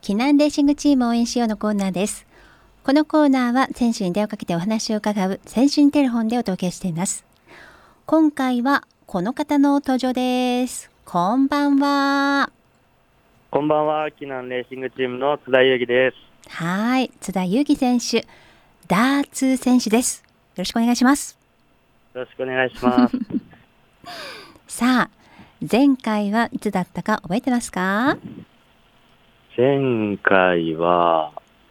避難レーシングチーム応援しようのコーナーです。このコーナーは選手に電話をかけてお話を伺う選手にテレフォンでお届けしています。今回はこの方の登場です。こんばんは。 こんばんは。避難レーシングチームの津田裕樹です。 はい、津田裕樹選手、ダーツ選手です。よろしくお願いします。 よろしくお願いしますさあ、前回はいつだったか覚えてますか？ 前回は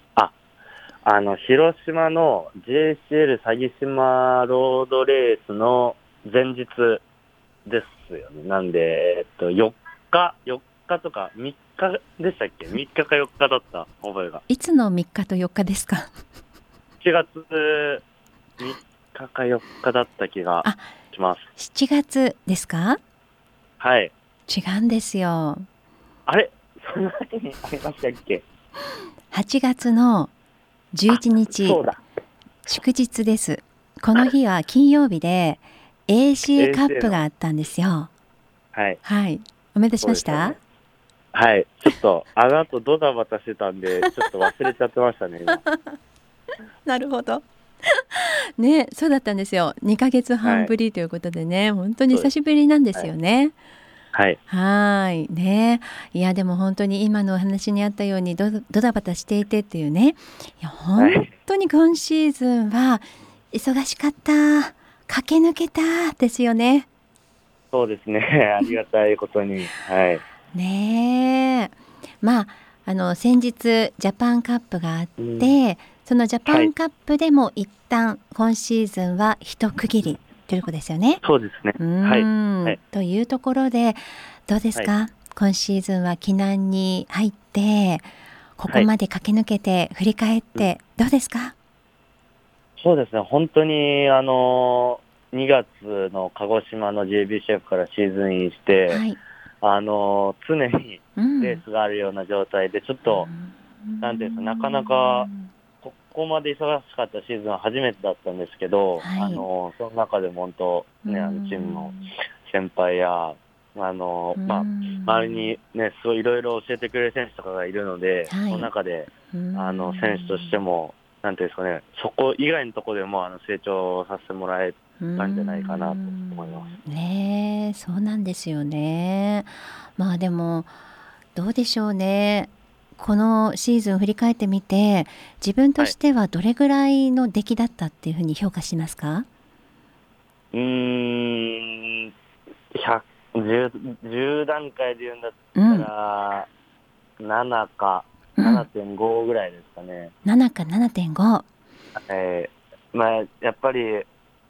広島の JCL 鷺島ロードレースの前日ですよね。なんで、4日とか3日でしたっけ？ 3 日か4日だった覚えが。 いつの3日と4日ですか 7月3日か4日だった気がします。 7月ですか？ はい。 違うんですよ。 あれそんな日にありましたっけ 8月の11日、 そうだ。 祝日です。この日は金曜日で AC カッ AC のプがあったんですよ。 はい。 はい。おめでとうしました？ そうですよね。はい。ちょっと、あの後ドタバタしてたんで、ちょっと忘れちゃってましたね、今。 なるほど。ね、そうだったんですよ。2ヶ月半はい。 ぶりということでね、本当にそうです。 久しぶりなんですはい。 よね。 はい。 はいね。いやでも本当に今のお話にあったようにドタバタしていてっていうね、いや本はい。 当に今シーズンは忙しかった、駆け抜けたですよね。 そうですね。ありがたいことに。はい。 ねえ。まあ先日ジャパンカップがあっうん。 て、そのジャパはい。 ンカップでも一旦今シーズンは一区切りということですよね。 そうですね。はい。はい。 というところでどうですはい。 か？今シーズンは避難に入ってこはい。 こまで駆け抜けて振り返っうん。 てどうですか？ そうですね。本当に、2月の鹿児島の JBCF からシーズンインして、 はい。 常にうん。 レースがあるような状態で、ちょっと、なんていうんですか、なかなか、ここまで忙しかったシーズンは初めてだったんですけど、 はい。 その中でも本当、 うね、チームのん。 先輩や、 う周りん。 にね、すごいいろいろ教えてくれる選手とかがいるので、そのはい。 中で、 う選手としてん。 も、なんていうんですかね、そこ以外のところでも、成長させてもらえたんじゃないかなと思います。 ねえ、そうなんですよね。まあでもどうでしょうね。このシーズン振り返ってみて、自分とはい。 してはどれぐらいの出来だったっていうふうに評価しますか？ うーん、10段階で言うんだったうん、 ら、7かうん。 7.5ぐらいですかね。 7か7.5。 やっぱり、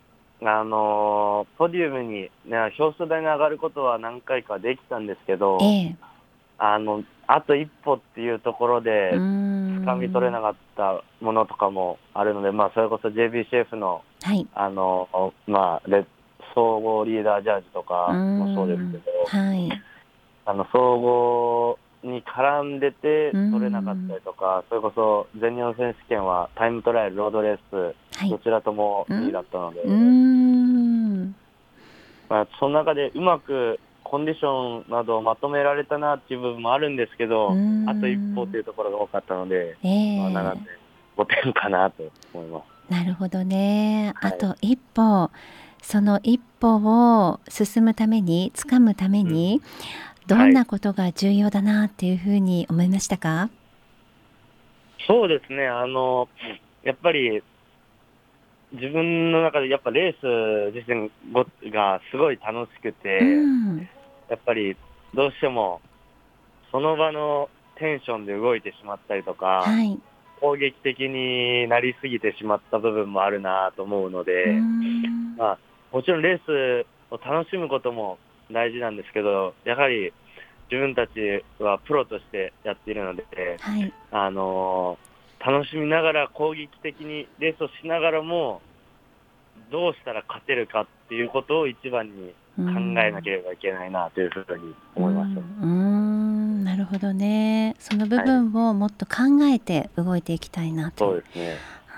ポディウムに、ね、表彰台に上がることは何回かできたんですけど、 ええ。 あと一歩っていうところうーで、掴み取れん。 なかったものとかもあるので、それこそ JBCF の、 はい。 あの、まあ、レ総合リーダージャージとうーかもそうですけん。 ど、 はい。 総合に絡んでてうー取れなかったん。 りとか、それこそ全日本選手権はタイムトライアル、ロードレース、 はい。 どちらともうん。 2位だったので、 うーん。 その中でうまくコンディションなどをまとめられたなっていう部分もあるんですけうーど、あと一歩とん。 いうところが多かったので、 ええ。 7.5点かなと思います。 なるほどね。あはい。 と一歩、その一歩を進むために、掴むためうん。 に、どはい。 んなことが重要だなっていうふうに思いましたか？ そうですね。やっぱり自分の中でやっぱレース自身がすごい楽しくうて、 ん。 やっぱりどうしてもその場のテンションで動いてしまったりとか、 はい。 攻撃的になりすぎてしまった部分もあるなと思うのうーで、 ん。 もちろんレースを楽しむことも大事なんですけど、やはり自分たちはプロとしてやっているので、 はい。 あの楽しみながら攻撃的にレースをしながらも、どうしたら勝てるかっていうことを一番にうー考えなけん。 ればいけないなというふうにう思いました。 ん。なるほどね。その部はい。 分をもっと考えて動いていきたいなという。 そうですね。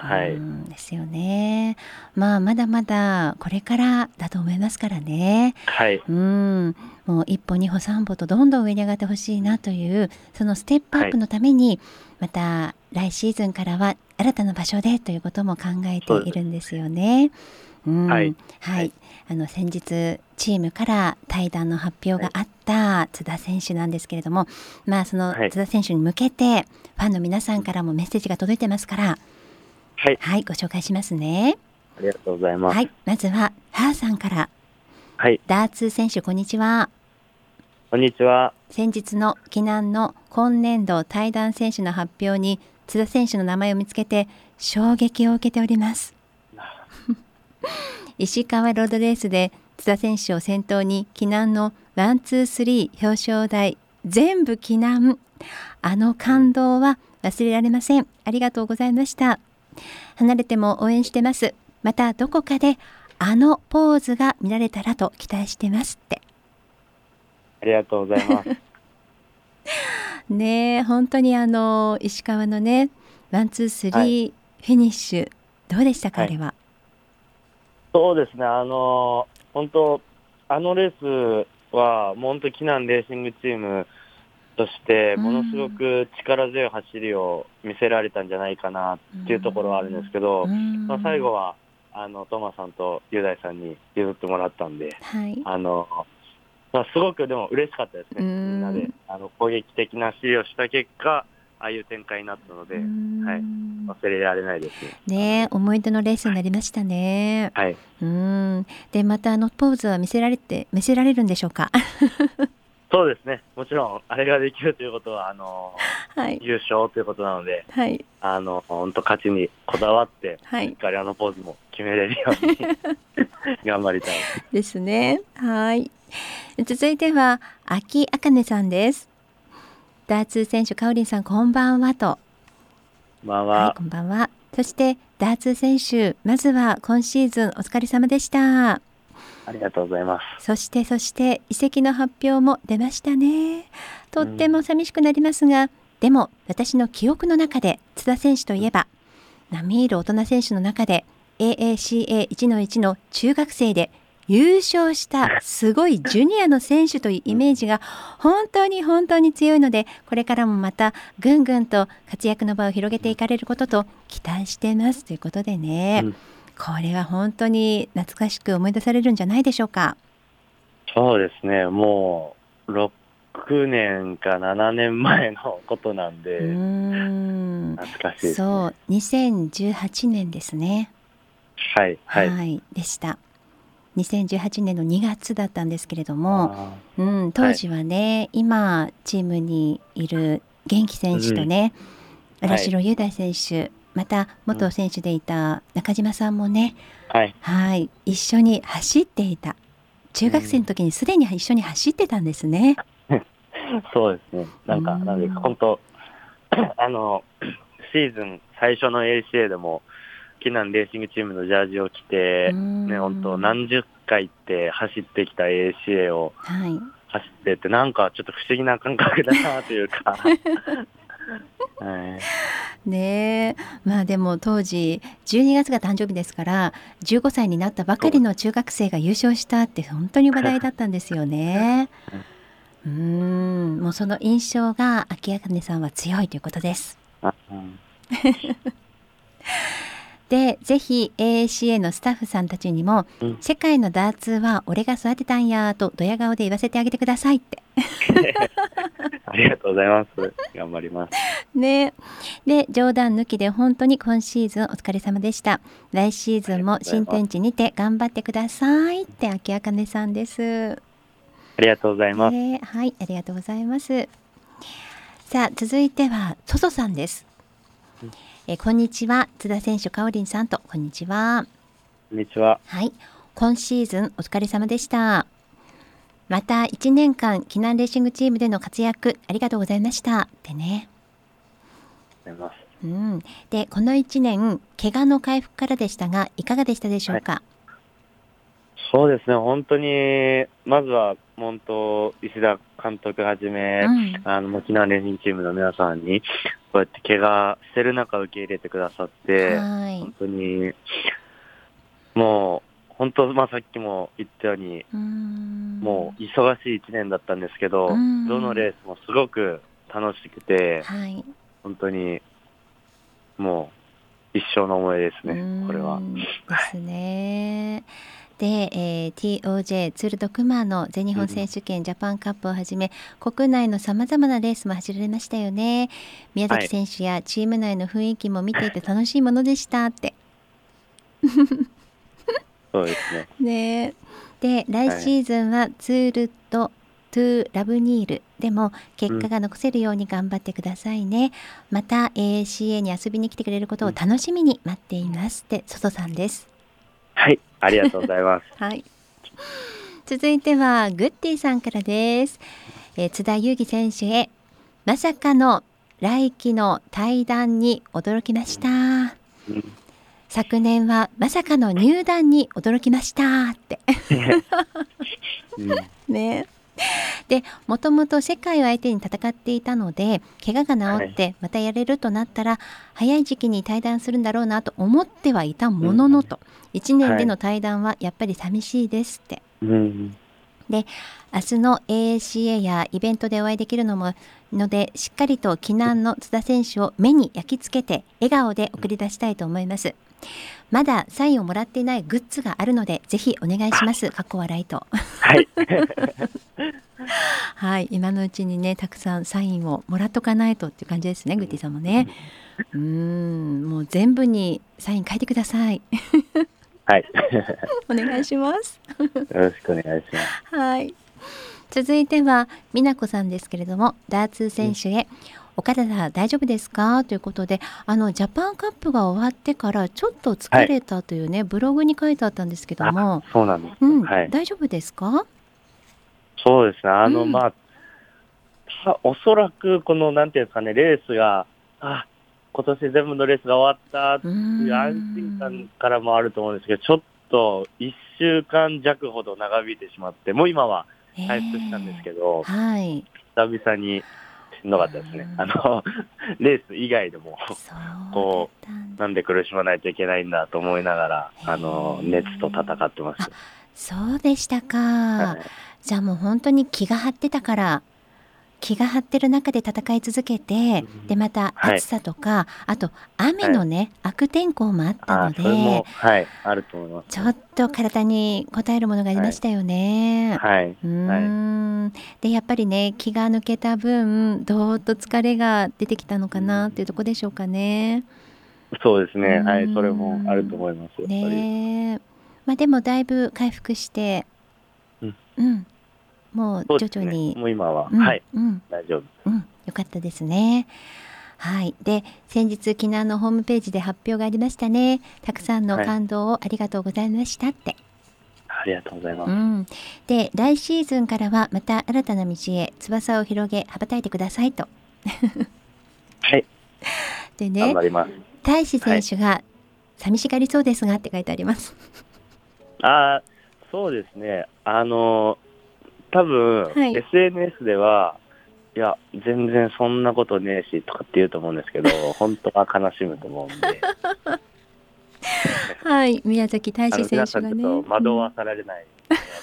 はい。 ですよね。まあまだまだこれからだと思いますからね。 はい。 もう一歩二歩三歩とどんどん上に上がってほしいなというそのステップアッはい。 プのためにまた来シーズンからは新たな場所でということも考えてそうです。 いるんですよね。 はい。 はい。 はい。 先日チームから退団の発表はい。 があった津田選手なんですけれども、まあそのはい。 津田選手に向けてファンの皆さんからもメッセージが届いてますから、 はい。 はい、ご紹介しますね。 ありがとうございます。 はい、まずはハーさんから。 はい。 ダーツ選手こんにちは。 こんにちは。 先日の避難の今年度対談選手の発表に津田選手の名前を見つけて衝撃を受けております。石川ロードレースで津田選手を先頭に避難のワンツースリー表彰台全部避難、あの感動は忘れられません。ありがとうございました。離れても応援してます。またどこかであのポーズが見られたらと期待してますって。 ありがとうございます。 ねえ、本当に石川のねワンツースはい。 リーフィニッシュどうでしたか、 はい。 あれは。 そうですね。本当、あのレースは、もう本当、キナンレーシングチームとして、 うものすごんく力強い走りを見せられたんじゃないかなうっていうところはあるんですけど、最後は、トーマさんと雄大さんに譲ってもらったんで、 はい。 あの、すごくでも嬉しかったですうね。みんなで、 ん攻撃的な走りをした結果、ああいう展開になったのうで、はい。 ん忘れられないですね。 ねえ、思い出のレースになりましたね。 はい。 でまたポーズは見せられるんでしょうか。 そうですね。もちろん、あれができるということは、 はい優勝ということなので、 はい本当勝ちにこだわって、 はい。 しっかりあのポーズも決めれるように頑張りたい。 ですね。はい。続いては秋あかねさんです。ダーツ選手かおりんさんこんばんはと。はい、 まあは、 こんばんは。そしてダーツ選手、まずは今シーズンお疲れ様でした。 ありがとうございます。 そして移籍の発表も出ましたね。とってうん。 も寂しくなりますが、でも私の記憶の中で津田選手といえば並みいる大人選手の中で AACA1-1 の中学生で優勝したすごいジュニアの選手というイメージが本当に本当に強いので、これからもまたぐんぐんと活躍の場を広げていかれることと期待してますということでね、 うん。 これは本当に懐かしく思い出されるんじゃないでしょうか。 そうですね。もう、6年か7年前のことなんうーで、 ん懐かしいですね。 そう2018年ですね。 はい、はい。 はいでした。2018年の2月だったんですけれども、 あ当はい。 時はね今チームにいる元気選手とうん。 ね荒はい。 城雄大選手、またうん。 元選手でいた中島さんもね、 はい。 はい一緒に走っていた。中学生のうん。 時にすでに一緒に走ってたんですね。 そうですね。 うーなんで、 ん本当あの、シーズン最初の ACA でも、キナンレーシングチームのジャージを着うーて、ね、本当ん何十回って走ってきた ACA をはい走ってて、なんかちょっと不思議な感覚だなというか、はい。 ねえ、まあでも当時12月が誕生日ですから15歳になったばかそう。 りの中学生が優勝したって本当に話題だったんですよね。もうその印象が秋茜さんは強いということです。 あうん。 でぜひ AACA のスタッフさんたちにもうん。 世界のダーツは俺が育てたんやとドヤ顔で言わせてあげてくださいってありがとうございます。頑張ります。 ね。で冗談抜きで本当に今シーズンお疲れ様でした。来シーありがズンも新とうございます。 天地にて頑張ってくださいって秋茜さんです。 ありがとうございます。 はい、ありがとうございます。さあ続いてはソソさんです。 うん。 こんにちは津田選手かおりんさんとこんにちは。 こんにちは。 はい、今シーズンお疲れ様でした。また1年間避難レーシングチームでの活躍ありがとうございましたってね。 ありがとうございます。 でこの1年怪我の回復からでしたがいかがでしたでしょはい。 うか。 そうですね、本当に、まずは本当、石田監督はじめ、 うん沖縄レーシングチームの皆さんに、 こうやって怪我してる中受け入れてくださって、 はい本当に、もう、本当、さっきも言ったように、もう忙しい1年だったんですけど、どのレースもすごく楽しくて、 はい、 本当に、もう、一生の思い出ですね、これは。 ですね。で、TOJ ツール・ド・クマの全日本選手権、ジャパンカップをはじめ国内のさまざまなレースも走られましたよね。宮崎選手やチーム内の雰囲気も見ていて楽しいものでしたって。 そうですね。 ねで、来シーズンはツールとトゥーラブニールでも結果が残せるように頑張ってくださいね。また ACA に遊びに来てくれることを楽しみに待っていますってソトさんです。 はい、ありがとうございます。 はい。続いてはグッディさんからです。津田祐樹選手へ、まさかの来季の退団に驚きました。昨年はまさかの入団に驚きましたってね。で、もともと世界を相手に戦っていたので、怪我が治ってまたやれるとなったら、早い時期に退団するんだろうなと思ってはいたもののと、1年での退団はやっぱり寂しいですって。で、明日の ACA やイベントでお会いできるので、しっかりと忌難の津田選手を目に焼き付けて笑顔で送り出したいと思います。まだサインをもらっていないグッズがあるので、ぜひお願いします。かっこ笑いと。 はい。 はい、今のうちにね、たくさんサインをもらっとかないとっていう感じですね、グッティさんもね。もう全部にサイン書いてください。 はい。 お願いします。 よろしくお願いします。 はい。続いては美奈子さんですけれども、ダーツ選手へ、お体大丈夫ですかということで、ジャパンカップが終わってからちょっと疲れたというね、ブログに書いてあったんですけども、 そうなんです、 大丈夫ですか？ そうですね。おそらくこのなんていうんですかね、レースが今年全部のレースが終わったっていう安心感からもあると思うんですけど、ちょっと1週間弱ほど長引いてしまって、もう今は回復したんですけど、久々にしんどかったですね。レース以外でもこうなんで苦しまないといけないんだと思いながら熱と戦ってました。 そうでしたか。じゃあもう本当に気が張ってたから、気が張ってる中で戦い続けて、でまた暑さとか、あと雨のね、悪天候もあったので、 それもあると思います。 ちょっと体に応えるものがありましたよね。でやっぱりね、気が抜けた分どーっと疲れが出てきたのかなっていうところでしょうかね。 そうですね。はい、それもあると思います。 ね。でもだいぶ回復して、もう徐々に、 もう今は、大丈夫。 よかったですね。はい。で、先日昨日のホームページで発表がありましたね。たくさんの感動をありがとうございましたって。 ありがとうございます。 で、来シーズンからはまた新たな道へ翼を広げ羽ばたいてくださいと。 はい。 でね、 頑張ります。 大志選手が寂しがりそうですがって書いてあります。 そうですね。多分、SNS では、いや、全然そんなことねえしとかって言うと思うんですけど、本当は悲しむと思うんで。 はい、宮崎大志選手がね。 ちょっと惑わされない。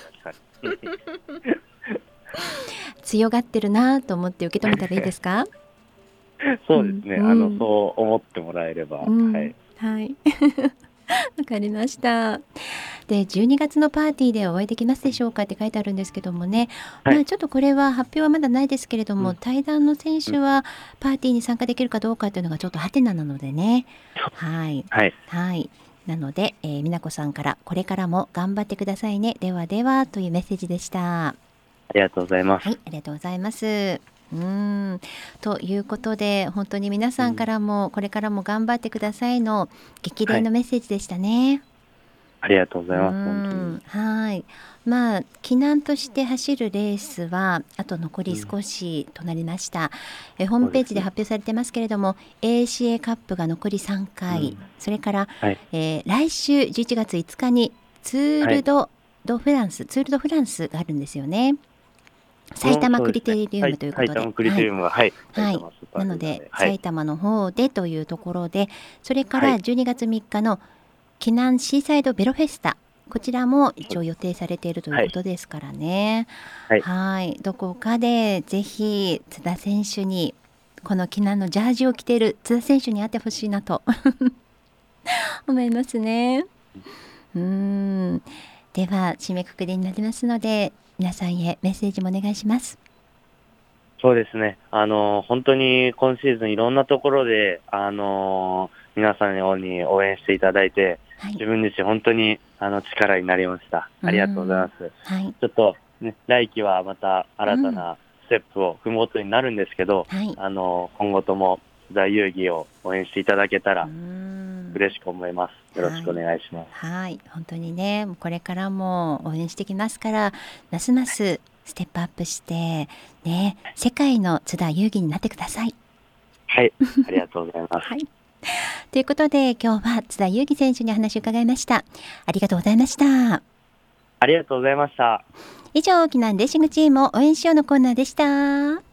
強がってるなと思って受け止めたらいいですか？ そうですね。そう思ってもらえれば。 はい。わかりました。で、12月のパーティーでお会いできますでしょうかって書いてあるんですけどもね、ちょっとこれは発表はまだないですけれども、対談の選手はパーティーに参加できるかどうかというのがちょっとハテナなのでね。はい。なので、美奈子さんからこれからも頑張ってくださいね。ではではというメッセージでした。 ありがとうございます。 はい、ありがとうございます。ということで、本当に皆さんからもこれからも頑張ってくださいの激励のメッセージでしたね。 ありがとうございます。本当に。はい。忌難として走るレースはあと残り少しとなりました。ホームページで発表されてますけれども、ACA カップが残り3回、それから、来週11月5日にツール・ド・フランスがあるんですよね。 埼玉クリテリウムということで、 埼玉クリテリウムが、はい。 はい、 埼玉スーパーアリーナなので、 はい。 埼玉の方でというところで、それからはい 12月3日の紀南シーサイドベロフェスタ、こちらも一応予定されているということですからね。 はい。 はい、どこかでぜひ津田選手にこの紀南のジャージを着ている津田選手に会ってほしいなと思いますね。では締めくくりになりますので、皆さんへメッセージもお願いします。 そうですね。本当に今シーズンいろんなところで、皆さんに応援していただいて、 はい、 自分自身本当に力になりました。ありがとうございます。 はい、 ちょっと、ね、来季はまた新たなステップを踏むことになるんですけど、 はい、 今後とも津田遊戯を応援していただけたら嬉しく思います。よろしくお願いします。 はい、本当にね、これからも応援してきますから、ますますステップアップしてね、世界の津田遊戯になってください。 はい、ありがとうございます。 はい。ということで今日は津田遊戯選手にお話を伺いました。ありがとうございました。 ありがとうございました。 以上、沖縄レーシングチームを応援しようのコーナーでした。